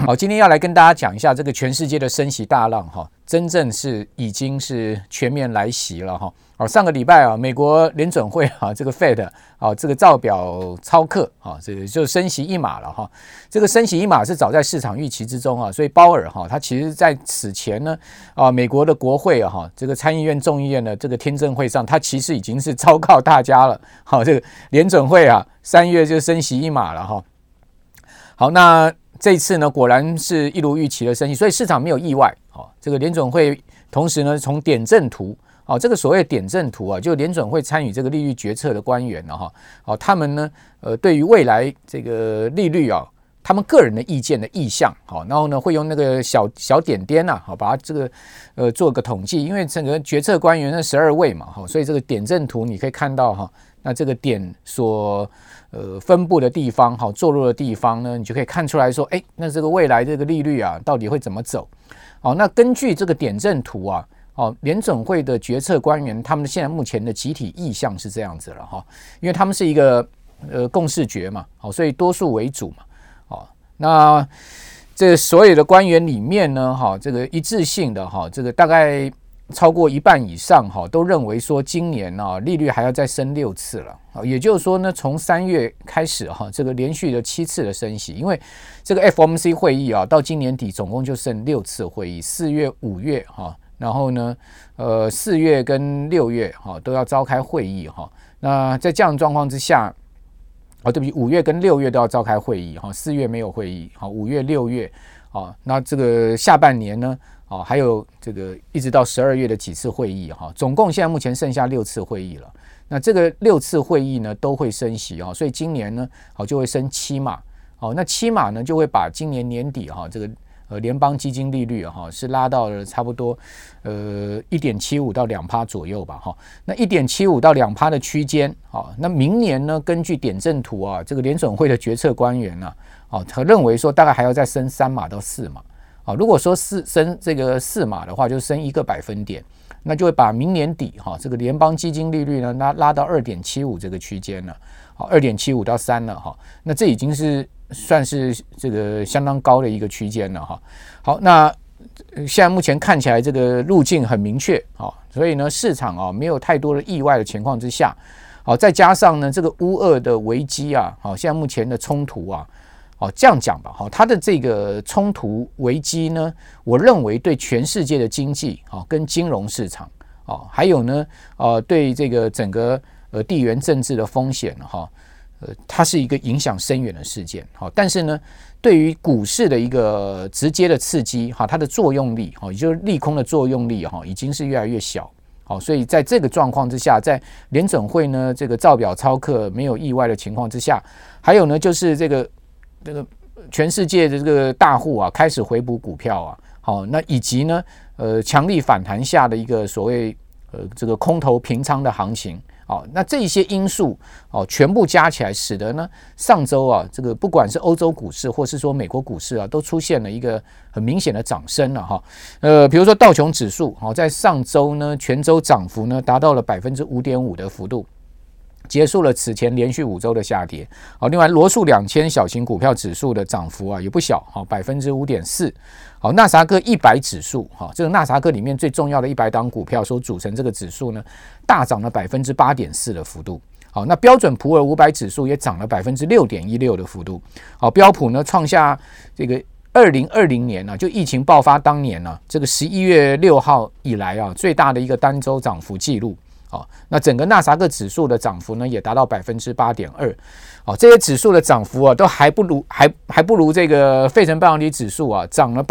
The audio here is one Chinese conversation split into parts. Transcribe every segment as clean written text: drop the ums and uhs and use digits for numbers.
好，今天要来跟大家讲一下这个全世界的升息大浪哈，真正是已经是全面来袭了哈。好，上个礼拜啊，美国联准会啊，这个 Fed 啊，这个照表操课啊，这个就升息一码了哈。这个升息一码是早在市场预期之中啊，所以鲍尔哈，他其实在此前呢啊，美国的国会啊，这个参议院、众议院的这个听证会上，他其实已经是昭告大家了。好，这个联准会啊，3月就升息一码了哈。好，那这一次呢，果然是一如预期的升息，所以市场没有意外。好，这个联准会同时呢，从点阵图。哦，这个所谓的点阵图啊，就联准会参与这个利率决策的官员哈，哦，他们呢，对于未来这个利率啊，他们个人的意见的意向，好，然后呢，会用那个小点点呐，好，把它这个做个统计，因为整个决策官员那12位嘛，哈，所以这个点阵图你可以看到哈，那这个点所分布的地方，好，坐落的地方呢，你就可以看出来说，哎，那这个未来这个利率啊，到底会怎么走？好，那根据这个点阵图啊。哦，联准会的决策官员，他们现在目前的集体意向是这样子了哈，因为他们是一个共识决嘛，好，所以多数为主嘛，好，那这所有的官员里面呢，哈，这个一致性的哈，这个大概超过一半以上哈，都认为说今年啊利率还要再升6次了，也就是说呢，从3月开始哈，这个连续的7次的升息，因为这个 FOMC 会议啊，到今年底总共就剩6次会议，4月、5月哈。然后呢，4月跟6月哈都要召开会议哈。那在这样的状况之下，对不起，5月跟6月都要召开会议哈，4月没有会议，好，5月、6月啊，那这个下半年呢，啊，还有这个一直到12月的几次会议哈，总共现在目前剩下6次会议了。那这个6次会议呢都会升息啊，所以今年呢，好就会升7码，好，那7码呢就会把今年年底哈这个。联邦基金利率哈是拉到了差不多1.75到2%左右吧哈，那1.75到2%的区间啊，那明年呢根据点阵图啊，这个联准会的决策官员呢他认为说大概还要再升3码到4码啊，如果说升这个4码的话，就升1个百分点，那就会把明年底哈这个联邦基金利率呢拉到2.75这个区间了，好，2.75到3了哈，那这已经是。算是这个相当高的一个区间了哈。好，那现在目前看起来这个路径很明确啊，所以呢市场啊没有太多的意外的情况之下，好，再加上呢这个乌俄的危机啊，好，现在目前的冲突啊，好，这样讲吧，好，它的这个冲突危机呢，我认为对全世界的经济啊跟金融市场啊，还有呢对这个整个地缘政治的风险哈。它是一个影响深远的事件，好，但是呢，对于股市的一个直接的刺激，哈，它的作用力，哈，也就是利空的作用力，哈，已经是越来越小，好，所以在这个状况之下，在联准会呢这个照表操课没有意外的情况之下，还有呢就是这个全世界的这个大户啊开始回补股票啊，好，那以及呢强力反弹下的一个所谓这个空头平仓的行情。哦，那这一些因素哦，全部加起来，使得呢上周啊，这个不管是欧洲股市或是说美国股市啊，都出现了一个很明显的涨升了哈。比如说道琼指数，好，在上周呢，全周涨幅呢达到了5.5%的幅度。结束了此前连续5周的下跌。好，另外罗素2000小型股票指数的涨幅啊也不小，好5.4%。好，纳斯达克100指数，好，这个纳斯达克里面最重要的100档股票所组成这个指数呢，大涨了8.4%的幅度。好，那标准普尔500指数也涨了6.16%的幅度。好，标普呢创下这个2020年啊，就疫情爆发当年啊，这个11月6号以来啊，最大的一个单周涨幅记录。好，那整个纳斯达克指数的涨幅呢，也达到8.2%。好，这些指数的涨幅啊，都还不如这个费城半导体指数啊，涨了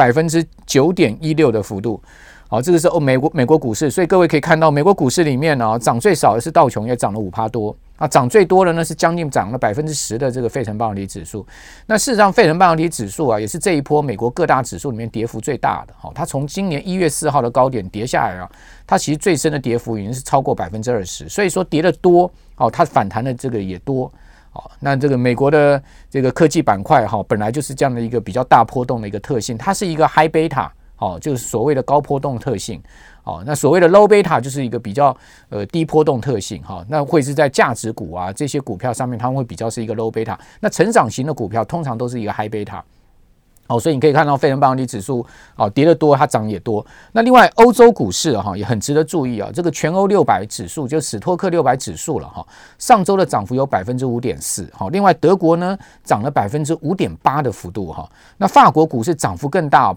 9.16%的幅度。好，这个是美国股市，所以各位可以看到，美国股市里面呢，涨最少的是道琼，也涨了5%多。啊，涨最多的呢是将近涨了10%的这个费城半导体指数。那事实上，费城半导体指数啊，也是这一波美国各大指数里面跌幅最大的。好，它从今年1月4号的高点跌下来啊，它其实最深的跌幅已经是超过20%。所以说跌得多，哦，它反弹的这个也多。好，那这个美国的这个科技板块哈，本来就是这样的一个比较大波动的一个特性，它是一个 high beta。哦，就是所谓的高波动特性。哦，那所谓的 low beta 就是一个比较低波动特性。哈，那会是在价值股啊这些股票上面，它们会比较是一个 low beta。那成长型的股票通常都是一个 high beta。 所以你可以看到费城半导体指数跌得多，它涨也多。那另外欧洲股市也很值得注意这个全欧600指数，就史托克600指数了上周的涨幅有 5.4%。另外德国呢涨了 5.8% 的幅度那法国股市涨幅更大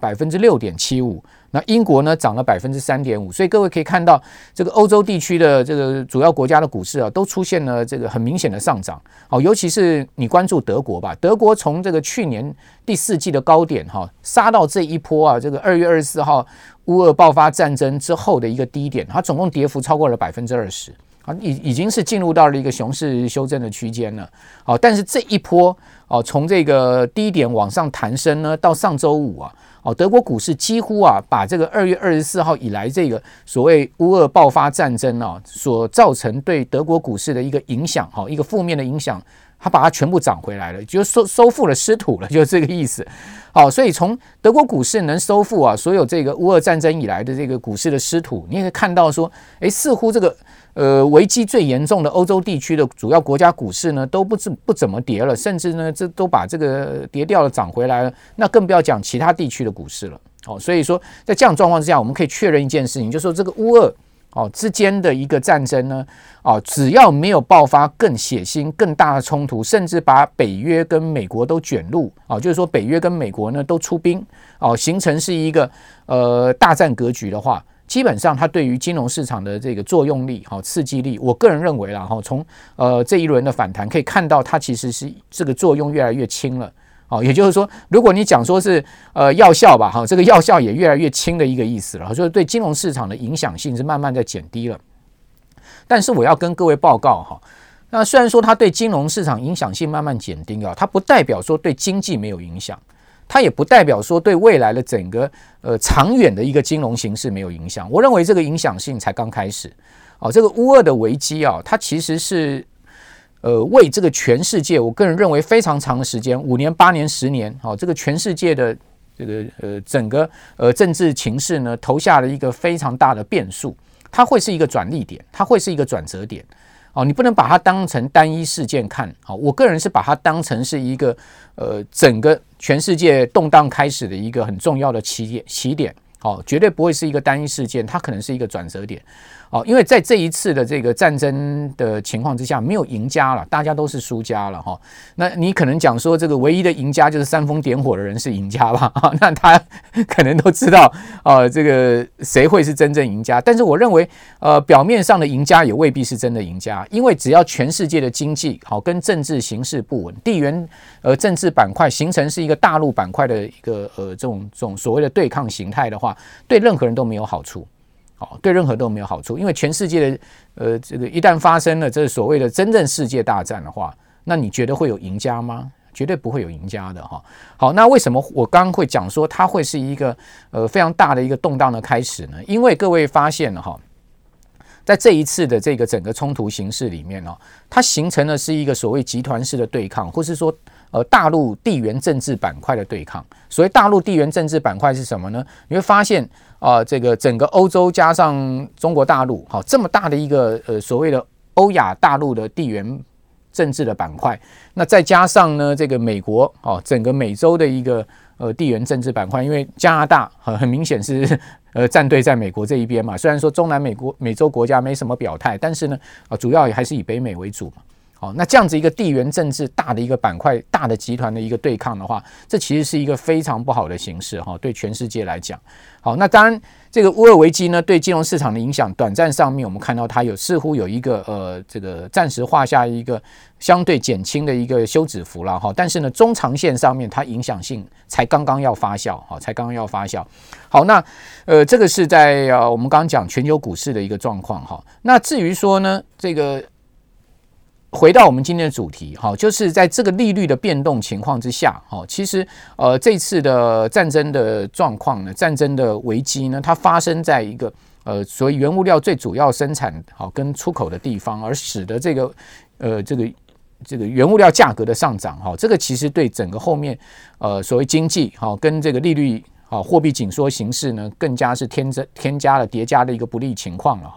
6.75%。那英国呢涨了 3.5%， 所以各位可以看到这个欧洲地区的这个主要国家的股市都出现了这个很明显的上涨尤其是你关注德国吧，德国从这个去年第4季的高点杀到这一波这个2月24号乌俄爆发战争之后的一个低点，它总共跌幅超过了 20%， 已经是进入到了一个熊市修正的区间了但是这一波从这个低点往上弹升呢，到上周五德国股市几乎把这个2月24号以来这个所谓乌俄爆发战争所造成对德国股市的一个影响一个负面的影响，它把它全部涨回来了，就收复了失土了，就是这个意思。所以从德国股市能收复所有这个乌俄战争以来的这个股市的失土，你也可以看到说，似乎这个危机最严重的欧洲地区的主要国家股市呢，都不怎么跌了，甚至呢，这都把这个跌掉了涨回来了。那更不要讲其他地区的股市了。所以说在这样状况之下，我们可以确认一件事情，就是说这个乌俄之间的一个战争呢，只要没有爆发更血腥、更大的冲突，甚至把北约跟美国都卷入就是说北约跟美国呢都出兵形成是一个大战格局的话，基本上它对于金融市场的这个作用力刺激力，我个人认为啦从这一轮的反弹可以看到，它其实是这个作用越来越轻了。也就是说，如果你讲说是药效吧，这个药效也越来越轻的一个意思了，就是对金融市场的影响性是慢慢在减低了。但是我要跟各位报告那虽然说它对金融市场影响性慢慢减低它不代表说对经济没有影响，它也不代表说对未来的整个长远的一个金融形势没有影响。我认为这个影响性才刚开始这个乌俄的危机它其实是为这个全世界，我个人认为非常长的时间，5年、8年、10年这个全世界的这个整个政治情势呢，投下了一个非常大的变数，它会是一个转捩点，它会是一个转折点你不能把它当成单一事件看我个人是把它当成是一个整个全世界动荡开始的一个很重要的起点绝对不会是一个单一事件，它可能是一个转折点因为在这一次的这个战争的情况之下，没有赢家了，大家都是输家了那你可能讲说这个唯一的赢家就是煽风点火的人是赢家吧那他可能都知道这个谁会是真正赢家，但是我认为表面上的赢家也未必是真的赢家，因为只要全世界的经济跟政治形势不稳，地缘政治板块形成是一个大陆板块的一个这种所谓的对抗形态的话，对任何人都没有好处对任何都没有好处，因为全世界的这个一旦发生了这所谓的真正世界大战的话，那你觉得会有赢家吗？绝对不会有赢家的好，那为什么我刚刚会讲说它会是一个非常大的一个动荡的开始呢？因为各位发现了在这一次的这个整个冲突形势里面它形成的是一个所谓集团式的对抗，或是说大陆地缘政治板块的对抗。所谓大陆地缘政治板块是什么呢？你会发现这个整个欧洲加上中国大陆这么大的一个所谓的欧亚大陆的地缘政治的板块，那再加上呢这个美国整个美洲的一个地缘政治板块，因为加拿大很明显是站队在美国这一边嘛，虽然说中南美洲国家没什么表态，但是呢主要还是以北美为主嘛。那这样子一个地缘政治大的一个板块、大的集团的一个对抗的话，这其实是一个非常不好的形势对全世界来讲。好，那当然这个乌俄危机呢对金融市场的影响，短暂上面我们看到它似乎有一个这个暂时画下一个相对减轻的一个休止符了但是呢中长线上面它影响性才刚刚要发酵好，那这个是在我们刚刚讲全球股市的一个状况那至于说呢这个回到我们今天的主题就是在这个利率的变动情况之下其实这次的战争的状况呢，战争的危机呢，它发生在一个所谓原物料最主要生产跟出口的地方，而使得这个原物料价格的上涨这个其实对整个后面所谓经济跟这个利率货币紧缩形势呢，更加是添加了叠加的一个不利情况了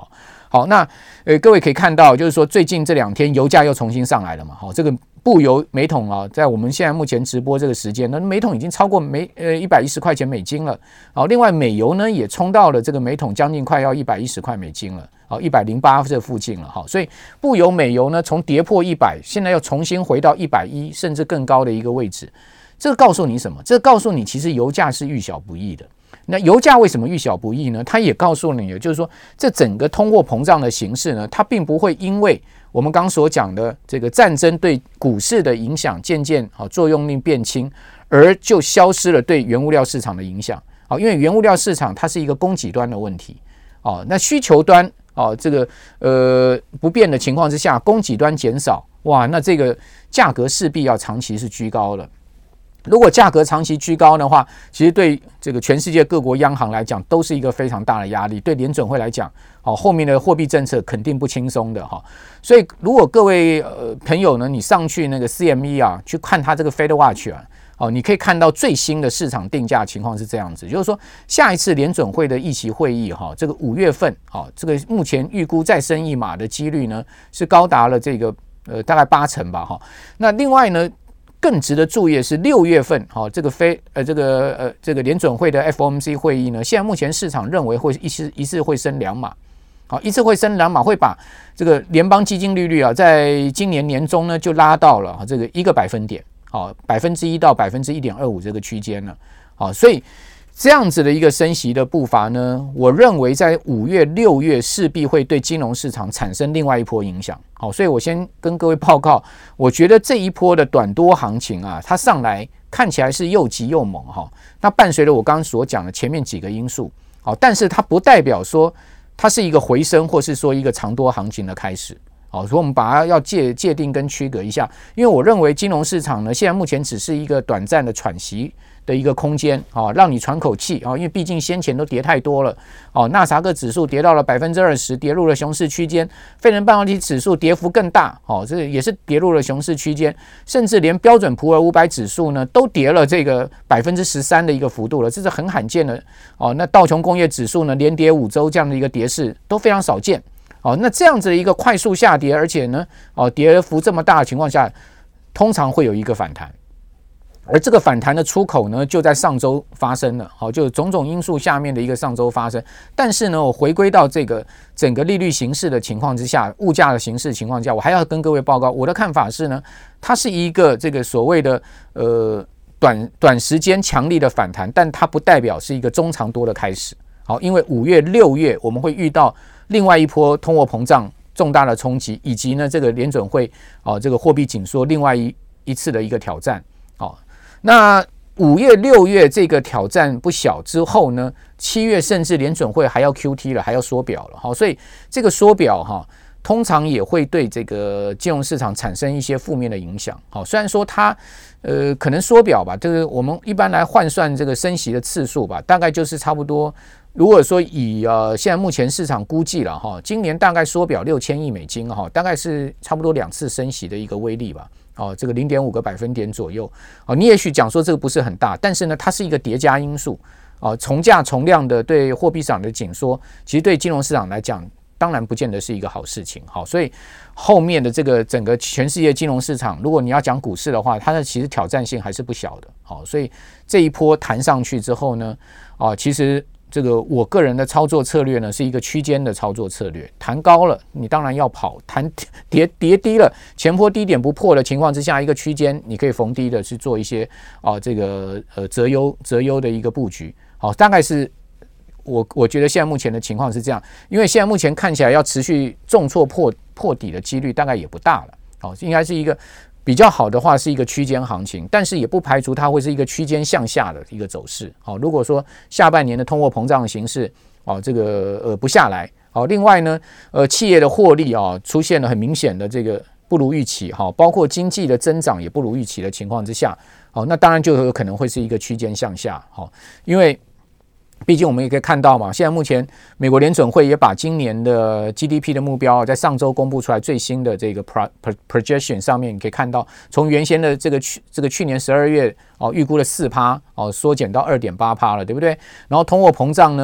好，那各位可以看到，就是说最近这2天油价又重新上来了嘛，好，这个布油每桶啊，在我们现在目前直播这个时间，那每桶已经超过110块钱美金了。好，另外美油呢也冲到了这个每桶将近快要110块美金了，好，108这附近了。好，所以布油美油呢从跌破100，现在又重新回到110甚至更高的一个位置。这个告诉你什么？这个告诉你其实油价是遇小不易的。那油价为什么遇小不易呢？它也告诉你，就是说这整个通货膨胀的形势呢，它并不会因为我们刚所讲的这个战争对股市的影响渐渐作用力变轻，而就消失了对原物料市场的影响。因为原物料市场它是一个供给端的问题，那需求端这个不变的情况之下，供给端减少，哇，那这个价格势必要长期是居高了。如果价格长期居高的话，其实对这个全世界各国央行来讲都是一个非常大的压力，对联准会来讲，后面的货币政策肯定不轻松的哈。所以如果各位朋友呢，你上去那个 CME 啊，去看它这个 Fed Watch 啊，你可以看到最新的市场定价情况是这样子，就是说下一次联准会的议息会议哈，这个5月份这个目前预估再升1码的几率呢是高达了这个大概80%吧哈。那另外呢，更值得注意的是6月份，这个联准会的 FOMC 会议呢，现在目前市场认为会一次会升2码，一次会升2码，会把这个联邦基金利率啊，在今年年中呢就拉到了这个1个百分点，1%到1.25%这个区间了，所以这样子的一个升息的步伐呢，我认为在5月、6月势必会对金融市场产生另外一波影响。好，所以我先跟各位报告，我觉得这一波的短多行情啊，它上来看起来是又急又猛哈。那伴随着我刚刚所讲的前面几个因素，好，但是它不代表说它是一个回升，或是说一个长多行情的开始。好，所以我们把它要界定跟区隔一下，因为我认为金融市场呢，现在目前只是一个短暂的喘息的一个空间，让你喘口气，因为毕竟先前都跌太多了，纳斯达克指数跌到了20%，跌入了熊市区间，费城半导体指数跌幅更大，这也是跌入了熊市区间，甚至连标准普尔500指数呢都跌了这个13%的一个幅度了，这是很罕见的，那道琼工业指数呢连跌5周这样的一个跌势都非常少见。那这样子的一个快速下跌，而且呢，跌幅这么大的情况下，通常会有一个反弹，而这个反弹的出口呢，就在上周发生了，就种种因素下面的一个上周发生。但是呢，我回归到这个整个利率形势的情况之下，物价的形势情况下，我还要跟各位报告，我的看法是呢，它是一个这个所谓的短时间强力的反弹，但它不代表是一个中长多的开始。好，因为5月、6月我们会遇到另外一波通货膨胀重大的冲击，以及呢这个联准会这个货币紧缩另外一次的一个挑战。那5月、6月这个挑战不小之后呢，7月甚至联准会还要 QT 了，还要缩表了。所以这个缩表通常也会对这个金融市场产生一些负面的影响。虽然说它可能缩表吧，这个我们一般来换算这个升息的次数吧，大概就是差不多。如果说以现在目前市场估计了今年大概缩表6000亿美金大概是差不多2次升息的一个威力吧。这个0.5个百分点左右。你也许讲说这个不是很大，但是呢，它是一个叠加因素。从价从量的对货币市场的紧缩，其实对金融市场来讲，当然不见得是一个好事情。所以后面的这个整个全世界金融市场，如果你要讲股市的话，它的其实挑战性还是不小的。所以这一波弹上去之后呢，其实这个我个人的操作策略呢，是一个区间的操作策略。弹高了，你当然要跑；跌低了，前波低点不破的情况之下，一个区间你可以逢低的去做一些这个择优的一个布局。大概是我觉得现在目前的情况是这样，因为现在目前看起来要持续重挫破底的几率大概也不大了。应该是一个比较好的话是一个区间行情，但是也不排除它会是一个区间向下的一个走势。如果说下半年的通货膨胀的形势这个不下来，另外呢企业的获利出现了很明显的这个不如预期，包括经济的增长也不如预期的情况之下，那当然就有可能会是一个区间向下。因为毕竟我们也可以看到嘛，现在目前美国联准会也把今年的 GDP 的目标在上周公布出来，最新的这个 projection 上面你可以看到，从原先的这个去年12月预估的4%缩减到2.8%了，对不对？然后通货膨胀呢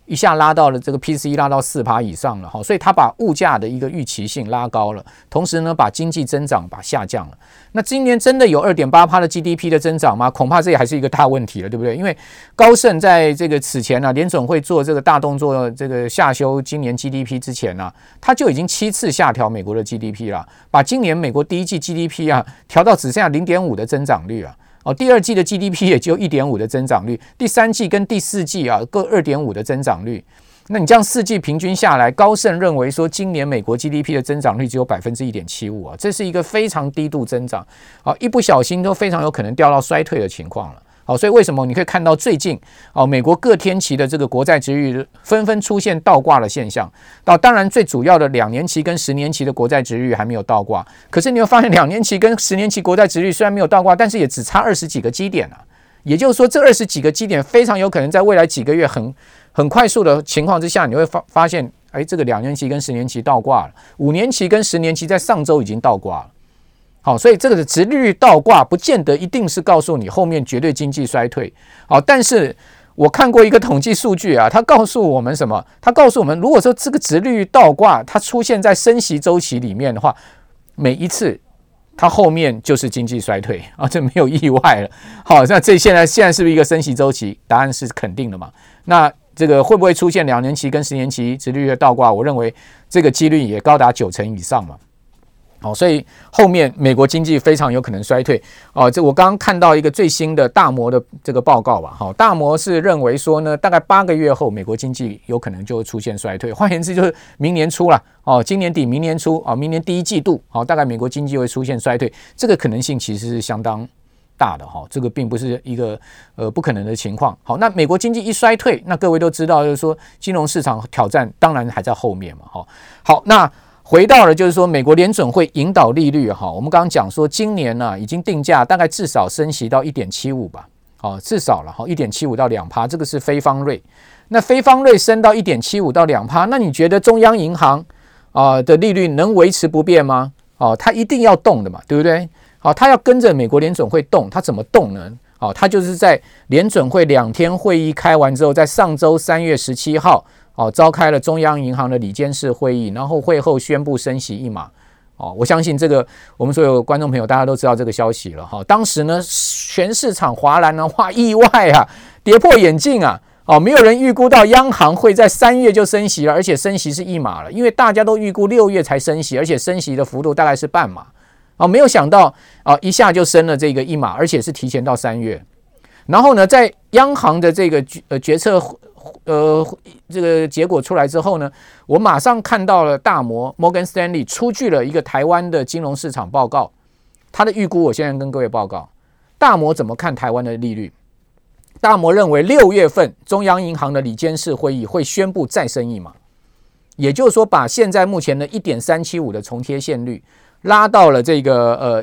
一下拉到了这个 PCE 拉到 4% 以上了，所以它把物价的一个预期性拉高了，同时呢把经济增长下降了。那今年真的有 2.8% 的 GDP 的增长吗？恐怕这也还是一个大问题了，对不对？因为高盛在这个此前联准会做这个大动作，这个下修今年 GDP 之前他就已经7次下调美国的 GDP 了，把今年美国第一季 GDP 调到只剩下 0.5 的增长率第二季的 GDP 也只有 1.5 的增长率，第三季跟第四季各 2.5 的增长率。那你这样4季平均下来，高盛认为说今年美国 GDP 的增长率只有 1.75%， 这是一个非常低度增长一不小心都非常有可能掉到衰退的情况了。所以为什么你可以看到最近美国各天期的这个国债殖利率纷纷出现倒挂的现象？当然最主要的2年期跟10年期的国债殖利率还没有倒挂，可是你会发现2年期跟10年期国债殖利率虽然没有倒挂，但是也只差20几个基点也就是说这20几个基点非常有可能在未来几个月很快速的情况之下，你会发现这个2年期跟10年期倒挂了，5年期跟10年期在上周已经倒挂了。所以这个殖利率倒挂不见得一定是告诉你后面绝对经济衰退。但是我看过一个统计数据它告诉我们什么？它告诉我们，如果说这个殖利率倒挂它出现在升息周期里面的话，每一次它后面就是经济衰退这没有意外了。那这现在是不是一个升息周期？答案是肯定的嘛。那这个会不会出现2年期跟10年期殖利率的倒挂？我认为这个几率也高达90%以上嘛。所以后面美国经济非常有可能衰退这我刚刚看到一个最新的大摩的这个报告吧大摩是认为说呢，大概8个月后美国经济有可能就会出现衰退，换言之就是明年初了今年底明年初明年第一季度大概美国经济会出现衰退，这个可能性其实是相当大的这个并不是一个不可能的情况。那美国经济一衰退，那各位都知道就是说金融市场挑战当然还在后面嘛好，那回到了就是说美国联准会引导利率我们刚刚讲说今年已经定价大概至少升息到 1.75 吧至少了1.75 到 2%， 这个是非方瑞。那非方瑞升到 1.75 到 2%， 那你觉得中央银行的利率能维持不变吗？它一定要动的嘛，对不对？它要跟着美国联准会动，它怎么动呢？它就是在联准会2天会议开完之后，在上周3月17号召开了中央银行的理监事会议，然后会后宣布升息1码我相信这个我们所有观众朋友大家都知道这个消息了当时呢全市场哗然哇意外跌破眼镜没有人预估到央行会在3月就升息了，而且升息是1码了，因为大家都预估6月才升息，而且升息的幅度大概是半码没有想到一下就升了这个1码，而且是提前到3月。然后呢，在央行的这个决策这个结果出来之后呢，我马上看到了大摩 Morgan Stanley 出具了一个台湾的金融市场报告，他的预估我现在跟各位报告。大摩怎么看台湾的利率？大摩认为6月份中央银行的理监事会议会宣布再升1码，也就是说把现在目前的 1.375 的重贴现率拉到了这个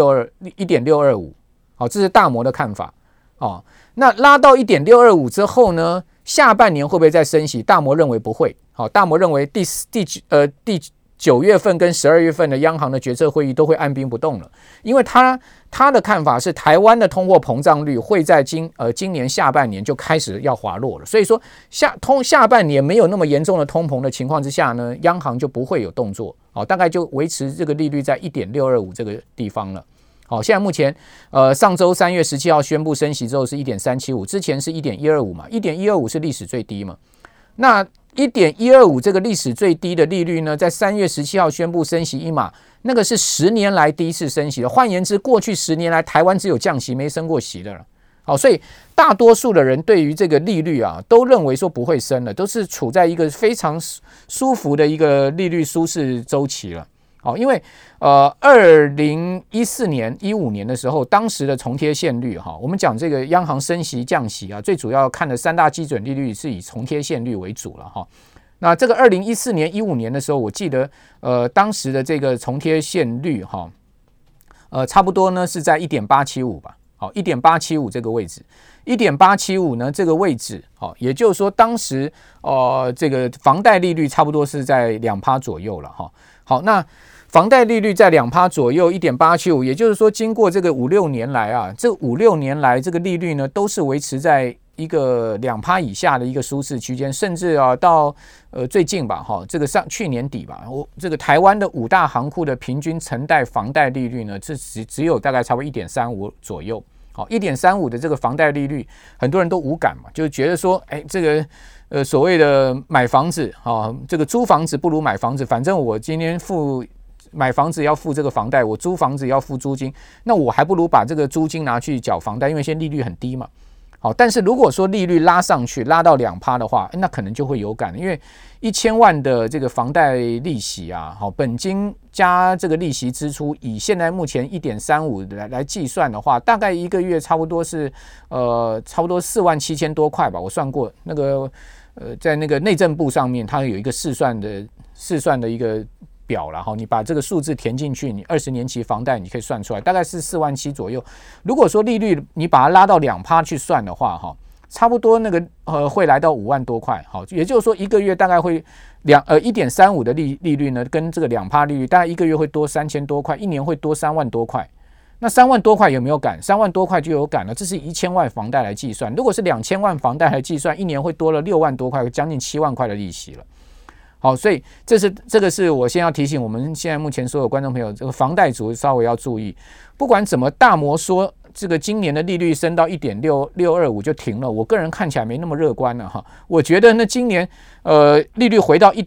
1.625， 这是大摩的看法那拉到 1.625 之后呢，下半年会不会再升息？大摩认为不会大摩认为第9月份跟12月份的央行的决策会议都会按兵不动了，因为他的看法是台湾的通货膨胀率会在今年下半年就开始要滑落了，所以说下半年没有那么严重的通膨的情况之下呢，央行就不会有动作大概就维持这个利率在 1.625 这个地方了现在目前上周3月17号宣布升息之后是 1.375， 之前是 1.125 嘛， 1.125 是历史最低嘛。那 1.125 这个历史最低的利率呢，在3月17号宣布升息1码，那个是10年来第一次升息的，换言之过去10年来台湾只有降息没升过息的了所以大多数的人对于这个利率都认为说不会升了，都是处在一个非常舒服的一个利率舒适周期了因为2014年15年的时候，当时的重贴现率我们讲这个央行升息降息最主要看的3大基准利率是以重贴现率为主了那这个2014年15年的时候，我记得当时的这个重贴现率差不多呢是在 1.875 吧1.875 这个位置 1.875 呢这个位置也就是说当时这个房贷利率差不多是在 2% 左右了好，那房贷利率在 2% 左右 1.875， 也就是说经过这个5-6年来这5-6年来这个利率呢都是维持在一个2%以下的一个舒适区间，甚至到最近吧这个去年底吧，这个台湾的5大行库的平均成贷房贷利率呢，这只有大概差不多 1.35 左右。1.35 的这个房贷利率，很多人都无感嘛，就觉得说，这个所谓的买房子这个租房子不如买房子，反正我今天买房子要付这个房贷，我租房子要付租金，那我还不如把这个租金拿去缴房贷，因为现在利率很低嘛。但是如果说利率拉上去，拉到 2% 的话，那可能就会有感，因为1000万的这个房贷利息啊，本金加这个利息支出，以现在目前 1.35 来计算的话，大概一个月差不多是差不多47000多块吧，我算过那个在那个内政部上面，它有一个试算的一个表了你把这个数字填进去，你20年期房贷你可以算出来，大概是47000左右。如果说利率你把它拉到 2% 去算的话差不多那个会来到5万多块也就是说一个月大概会1.35 的利率呢，跟这个 2% 利率大概一个月会多3000多块，一年会多3万多块。那3万多块有没有感？3万多块就有感了，这是1000万房贷来计算。如果是2000万房贷来计算，一年会多了6万多块，将近7万块的利息了。所以这个是我先要提醒我们现在目前所有观众朋友，这个房贷族稍微要注意，不管怎么大摩说这个今年的利率升到 1.625 就停了，我个人看起来没那么乐观了我觉得呢今年利率回到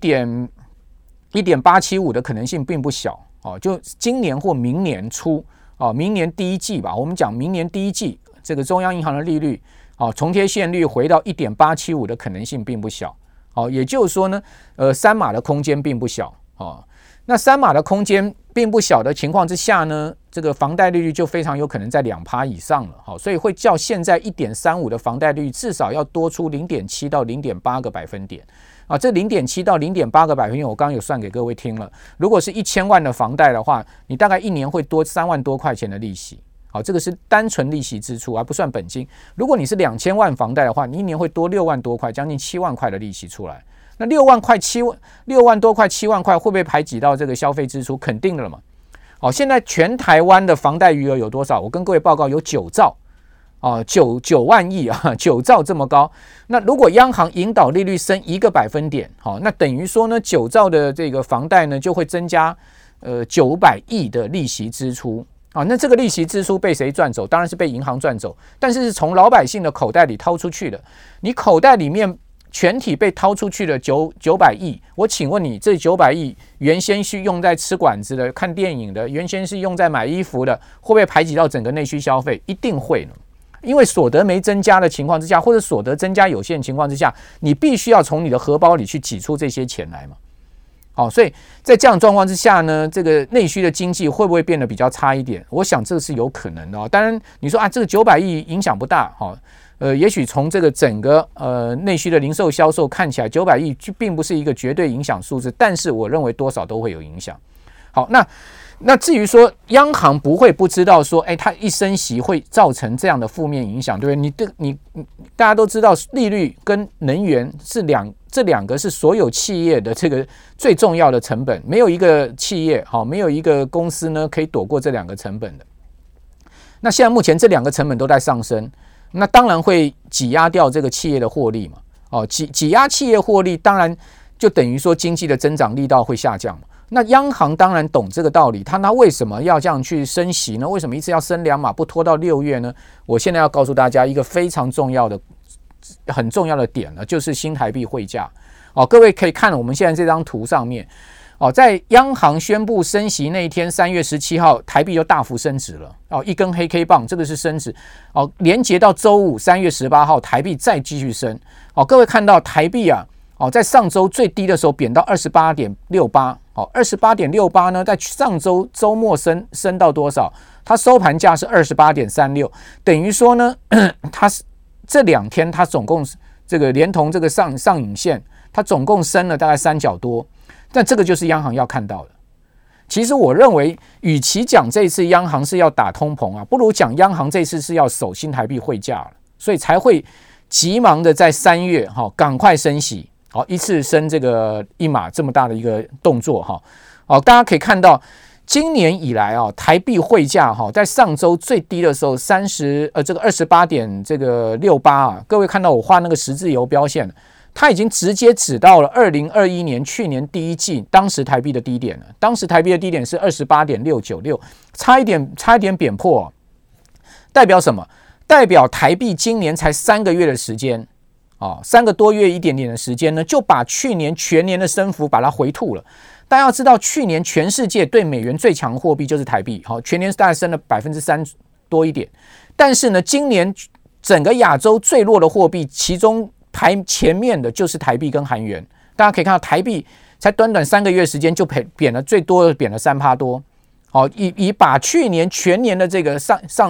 1.875 的可能性并不小就今年或明年初明年第一季吧，我们讲明年第一季这个中央银行的利率重贴现率回到 1.875 的可能性并不小也就是说呢3码的空间并不小那3码的空间并不小的情况之下呢，这个房贷利率就非常有可能在 2% 以上了所以会较现在 1.35 的房贷利率至少要多出 0.7 到 0.8 个百分点这 0.7 到 0.8 个百分点我刚刚有算给各位听了，如果是1000万的房贷的话，你大概一年会多3万多块钱的利息这个是单纯利息支出而不算本金。如果你是2000万房贷的话，你一年会多6万多块，将近7万块的利息出来。那6万多块7万块会不会排挤到这个消费支出？肯定的了嘛。现在全台湾的房贷余额有多少？我跟各位报告有9兆9万亿9兆这么高。那如果央行引导利率升1个百分点那等于说呢9兆的这个房贷呢就会增加900亿的利息支出那这个利息支出被谁赚走？当然是被银行赚走，但是从老百姓的口袋里掏出去的。你口袋里面全体被掏出去的900亿，我请问你，这900亿原先是用在吃馆子的、看电影的，原先是用在买衣服的，会不会排挤到整个内需消费？一定会呢。因为所得没增加的情况之下，或者所得增加有限的情况之下，你必须要从你的荷包里去挤出这些钱来嘛。所以在这样的状况之下呢，这个内需的经济会不会变得比较差一点？我想这是有可能的当然你说这个900亿影响不大也许从这个整个内需的零售销售看起来900亿并不是一个绝对影响数字，但是我认为多少都会有影响。好，那至于说央行不会不知道说它一升息会造成这样的负面影响，对不对？你大家都知道利率跟能源是这两个是所有企业的这个最重要的成本，没有一个企业没有一个公司呢可以躲过这两个成本的。那现在目前这两个成本都在上升，那当然会挤压掉这个企业的获利嘛挤压企业获利，当然就等于说经济的增长力道会下降嘛。那央行当然懂这个道理，他为什么要这样去升息呢？为什么一次要升2码不拖到6月呢？我现在要告诉大家一个非常重要的很重要的点呢，就是新台币汇价各位可以看我们现在这张图上面在央行宣布升息那一天3月17号台币就大幅升值了一根黑 K 棒，这个是升值连结到周五3月18号台币再继续升各位看到台币在上周最低的时候贬到 28.68 28.68 呢，在上周周末升到多少？它收盘价是 28.36， 等于说呢它这2天它总共这个连同这个上影线，它总共升了大概3角多，但这个就是央行要看到的。其实我认为与其讲这次央行是要打通膨不如讲央行这次是要守新台币汇价了，所以才会急忙的在3月赶快升息一次升这个1码这么大的一个动作大家可以看到今年以来啊，台币汇价哈，在上周最低的时候28.68啊，各位看到我画那个十字游标线，它已经直接指到了2021年去年第一季当时台币的低点了。当时台币的低点是28.696，差一点贬破，代表什么？代表台币今年才3个月的时间啊，3个多月一点点的时间呢，就把去年全年的升幅把它回吐了。大家要知道，去年全世界对美元最强的货币就是台币，好，全年大概升了3%多一点。但是呢，今年整个亚洲最弱的货币，其中排前面的就是台币跟韩元。大家可以看到，台币才短短3个月时间就贬了，最多贬了3%多。好，以把去年全年的这个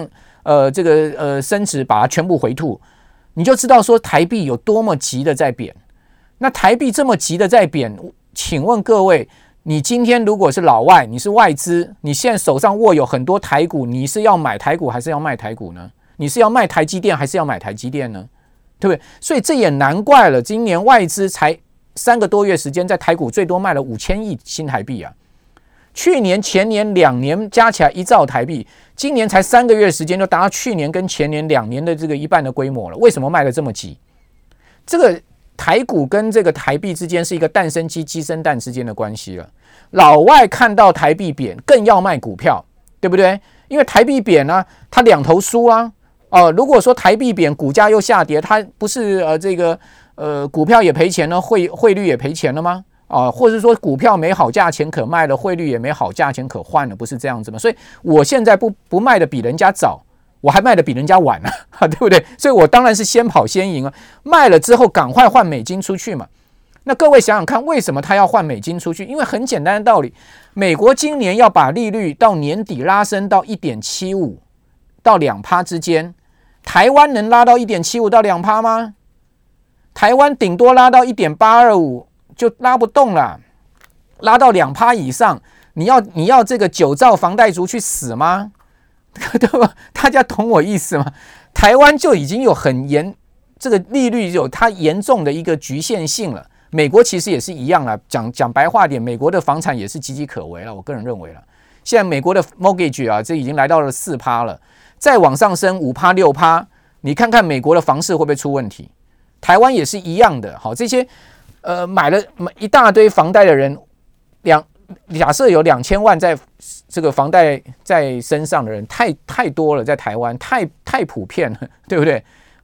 升值把它全部回吐，你就知道说台币有多么急的在贬。那台币这么急的在贬，请问各位，你今天如果是老外，你是外资，你现在手上握有很多台股，你是要买台股还是要卖台股呢？你是要卖台积电还是要买台积电呢？对不对？所以这也难怪了，今年外资才3个多月时间，在台股最多卖了5000亿新台币啊！去年、前年2年加起来1兆台币，今年才3个月时间就达到去年跟前年2年的这个一半的规模了。为什么卖得这么急？这个台股跟这个台币之间是一个蛋生鸡、鸡生蛋之间的关系了。老外看到台币贬，更要卖股票，对不对？因为台币贬呢，他两头输啊。如果说台币贬，股价又下跌，它不是股票也赔钱了，汇率也赔钱了吗？或者说股票没好价钱可卖了，汇率也没好价钱可换了，不是这样子吗？所以我现在不卖的比人家早，我还卖的比人家晚啊，对不对？所以我当然是先跑先赢啊，卖了之后赶快换美金出去嘛。那各位想想看，为什么他要换美金出去？因为很简单的道理，美国今年要把利率到年底拉升到 1.75 到 2% 之间，台湾能拉到 1.75 到 2% 吗？台湾顶多拉到 1.825 就拉不动了，拉到 2% 以上，你要这个9兆房贷族去死吗？对吧？大家懂我意思吗？台湾就已经有这个利率有它严重的一个局限性了。美国其实也是一样啦，讲白话点，美国的房产也是岌岌可危了。我个人认为了，现在美国的 mortgage 啊，这已经来到了 4% 了，再往上升 5%、6%， 你看看美国的房市会不会出问题？台湾也是一样的。好，这些买了一大堆房贷的人，假设有2000万在这个房贷在身上的人，太多了，在台湾太普遍了，对不对？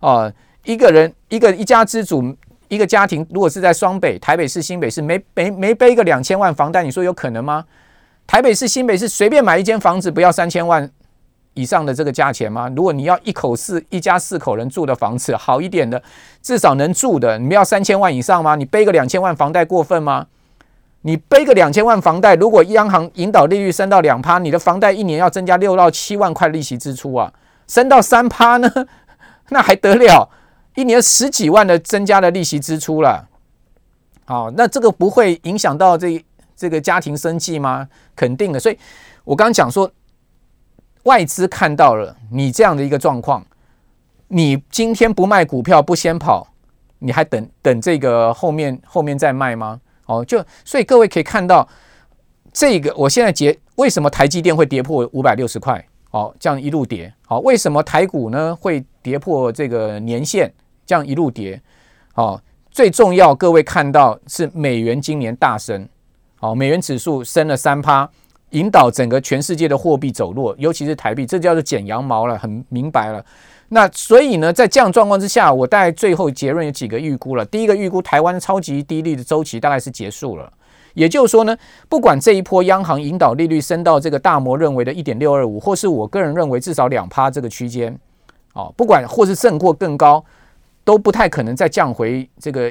一家之主，一个家庭，如果是在双北、台北市、新北市，没背一个2000万房贷，你说有可能吗？台北市、新北市随便买一间房子，不要3000万以上的这个价钱吗？如果你要一家4口人住的房子，好一点的，至少能住的，你们要3000万以上吗？你背个2000万房贷过分吗？你背个2000万房贷，如果央行引导利率升到 2%， 你的房贷一年要增加6到7万块利息支出啊，升到 3% 呢，那还得了？一年10几万的增加的利息支出了。好，那这个不会影响到这个家庭生计吗？肯定的。所以我刚刚讲说，外资看到了你这样的一个状况，你今天不卖股票不先跑，你还等这个后面再卖吗？所以各位可以看到，这个我现在为什么台积电会跌破560块？这样一路跌。为什么台股呢会跌破这个年线？这样一路跌。最重要，各位看到是美元今年大升，美元指数升了 3%， 引导整个全世界的货币走弱，尤其是台币，这叫做剪羊毛了，很明白了。那所以呢，在这样状况之下，我大概最后结论有几个预估了。第一个预估，台湾超级低利的周期大概是结束了，也就是说呢，不管这一波央行引导利率升到这个大摩认为的 1.625， 或是我个人认为至少 2% 这个区间，不管或是胜或更高，都不太可能再降回这个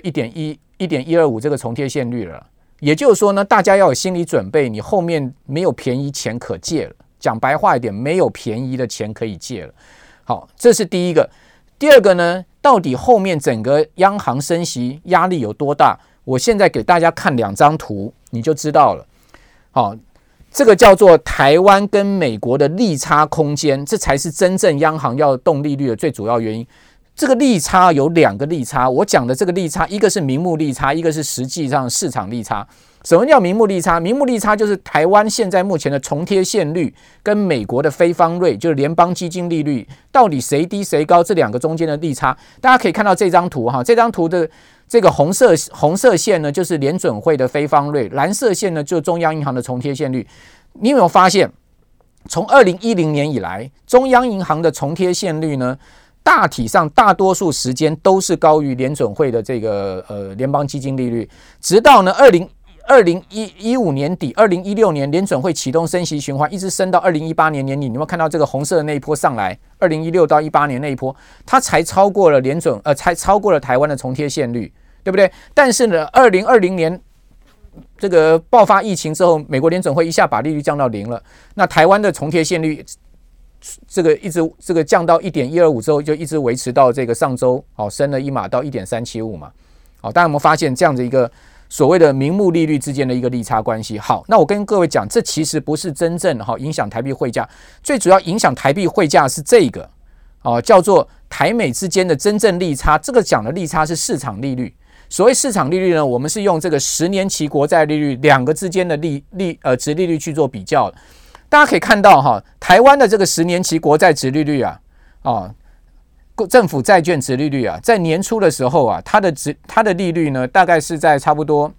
1.125 这个重贴现率了。也就是说呢，大家要有心理准备，你后面没有便宜钱可借了。讲白话一点，没有便宜的钱可以借了。好，这是第一个。第二个呢，到底后面整个央行升息压力有多大？我现在给大家看2张图，你就知道了。好，这个叫做台湾跟美国的利差空间，这才是真正央行要动利率的最主要原因。 这个利差有2个利差，我讲的这个利差，一个是名目利差，一个是实际上市场利差。什么叫名目利差？名目利差就是台湾现在目前的重贴现率跟美国的非方瑞，就是联邦基金利率，到底谁低谁高，这2个中间的利差，大家可以看到这张图哈，这张图的这个红色线呢，就是联准会的非方瑞，蓝色线呢，就是中央银行的重贴现率。你有没有发现，从2010年以来，中央银行的重贴现率呢，大体上大多数时间都是高于联准会的这个联邦基金利率，直到呢2015年底，2016年联准会启动升息循环，一直升到2018年年底，你有没有看到这个红色的那一波上来？2016到18年那一波，它才超过了才超过了台湾的重贴现率，对不对？但是呢，2020年这个爆发疫情之后，美国联准会一下把利率降到0了，那台湾的重贴现率一直降到 1.125 之后，就一直维持到这个上周升了1码到 1.375 嘛。大家有没有发现这样的一个所谓的名目利率之间的一个利差关系？好，那我跟各位讲，这其实不是真正影响台币汇价，最主要影响台币汇价是这个叫做台美之间的真正利差。这个讲的利差是市场利率。所谓市场利率呢，我们是用这个10年期国债利率2个之间的殖利率去做比较。大家可以看到台湾的这个10年期国债殖利率政府债券殖利率在年初的时候它的利率呢，大概是在差不多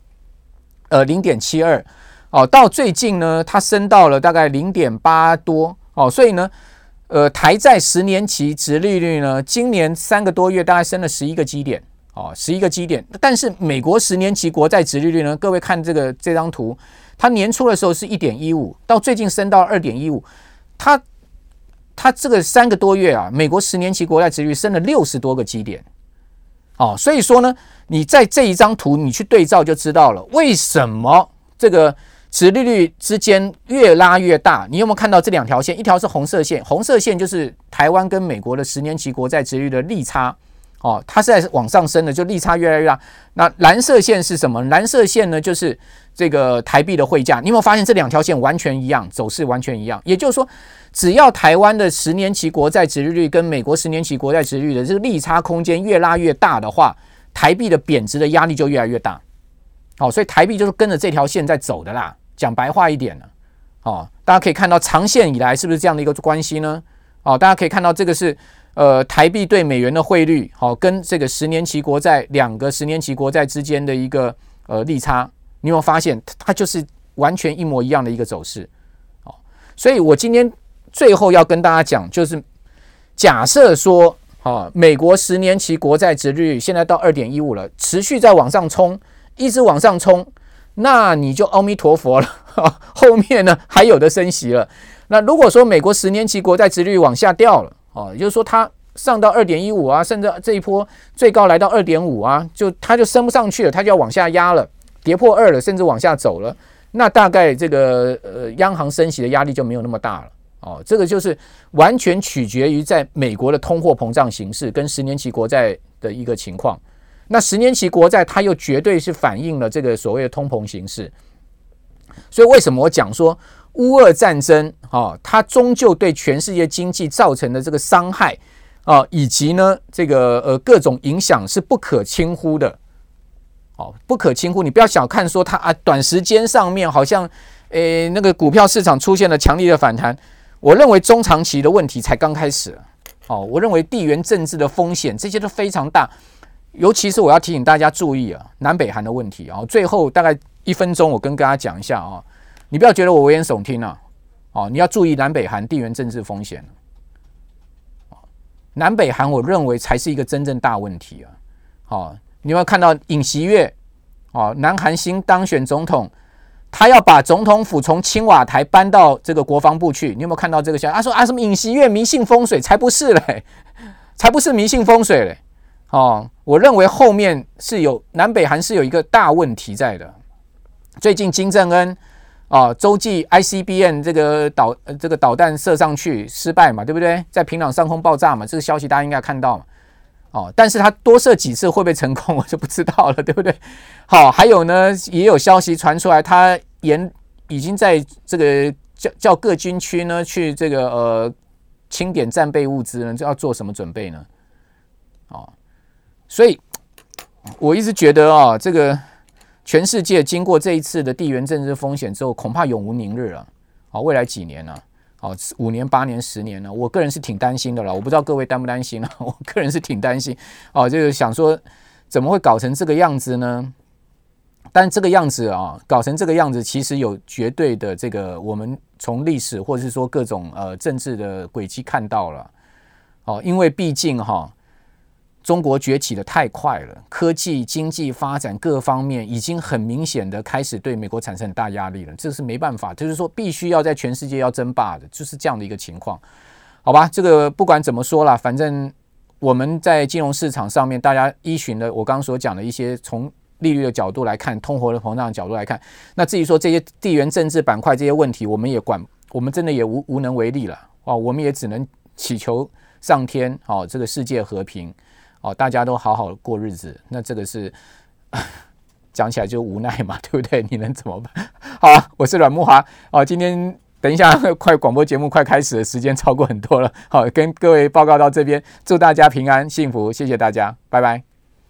0.72到最近呢，它升到了大概0.8多所以呢，台债10年期殖利率呢，今年3个多月大概升了11个基点11个基点。但是美国10年期国债殖利率呢，各位看这张图，它年初的时候是 1.15， 到最近升到 2.15， 它这个3个多月美国10年期国债殖利率升了60多个基点所以说呢，你在这一张图你去对照就知道了，为什么这个殖利率之间越拉越大。你有没有看到这2条线？一条是红色线，红色线就是台湾跟美国的10年期国债殖利率的利差它是在往上升的，就利差越来越大。那蓝色线是什么？蓝色线呢，就是这个台币的汇价。你有没有发现这2条线完全一样，走势完全一样？也就是说，只要台湾的10年期国债殖利率跟美国10年期国债殖利率的这个利差空间越拉越大的话，台币的贬值的压力就越来越大。所以台币就是跟着这条线在走的啦。讲白话一点呢，大家可以看到长线以来是不是这样的一个关系呢？大家可以看到这个是台币对美元的汇率跟这个10年期国债2个10年期国债之间的一个利差，你有没有发现它就是完全一模一样的一个走势？所以我今天最后要跟大家讲，就是假设说美国10年期国债殖利率现在到 2.15 了，持续在往上冲，一直往上冲，那你就阿弥陀佛了后面呢还有的升息了。那如果说美国10年期国债殖利率往下掉了也就是说它上到 2.15 甚至这一波最高来到 2.5 它就升不上去了，它就要往下压了，跌破2了，甚至往下走了，那大概这个央行升息的压力就没有那么大了这个就是完全取决于在美国的通货膨胀形势跟10年期国债的一个情况。那10年期国债它又绝对是反映了这个所谓的通膨形势。所以为什么我讲说乌俄战争它终究对全世界经济造成的这个伤害以及呢这个各种影响是不可轻忽的不可轻忽。你不要小看说它短时间上面好像那个股票市场出现了强力的反弹，我认为中长期的问题才刚开始我认为地缘政治的风险这些都非常大，尤其是我要提醒大家注意南北韩的问题最后大概1分钟我跟大家讲一下你不要觉得我危言耸听你要注意南北韩地缘政治风险南北韩我认为才是一个真正大问题你有没有看到尹锡悦南韩新当选总统，他要把总统府从青瓦台搬到这个国防部去，你有没有看到这个消息？他说什么尹锡悦迷信风水，才不是嘞，才不是迷信风水嘞我认为后面是有南北韩是有一个大问题在的。最近金正恩洲际 ICBM 这个导弹射上去失败嘛，对不对？在平壤上空爆炸嘛，这个消息大家应该看到嘛。但是他多射几次会不会成功，我就不知道了，对不对？好，还有呢，也有消息传出来，他已经在这个叫各军区呢去这个清点战备物资呢，要做什么准备呢？ 所以我一直觉得这个全世界经过这一次的地缘政治风险之后，恐怕永无宁日了。未来几年呢？5年、8年、10年呢？我个人是挺担心的了。我不知道各位担不担心呢？我个人是挺担心就是想说，怎么会搞成这个样子呢？但这个样子搞成这个样子，其实有绝对的这个，我们从历史或者是说各种政治的轨迹看到了。因为毕竟中国崛起的太快了，科技、经济发展各方面已经很明显的开始对美国产生很大压力了，这是没办法，就是说必须要在全世界要争霸的，就是这样的一个情况，好吧？这个不管怎么说啦，反正我们在金融市场上面，大家依循了我刚刚所讲的一些从利率的角度来看，通货的膨胀的角度来看，那至于说这些地缘政治板块这些问题，我们真的也无能为力了我们也只能祈求上天这个世界和平。大家都好好过日子，那这个是讲起来就无奈嘛，对不对？你能怎么办？好啊，我是阮慕骅今天等一下快广播节目快开始的时间超过很多了，跟各位报告到这边，祝大家平安幸福，谢谢大家，拜拜。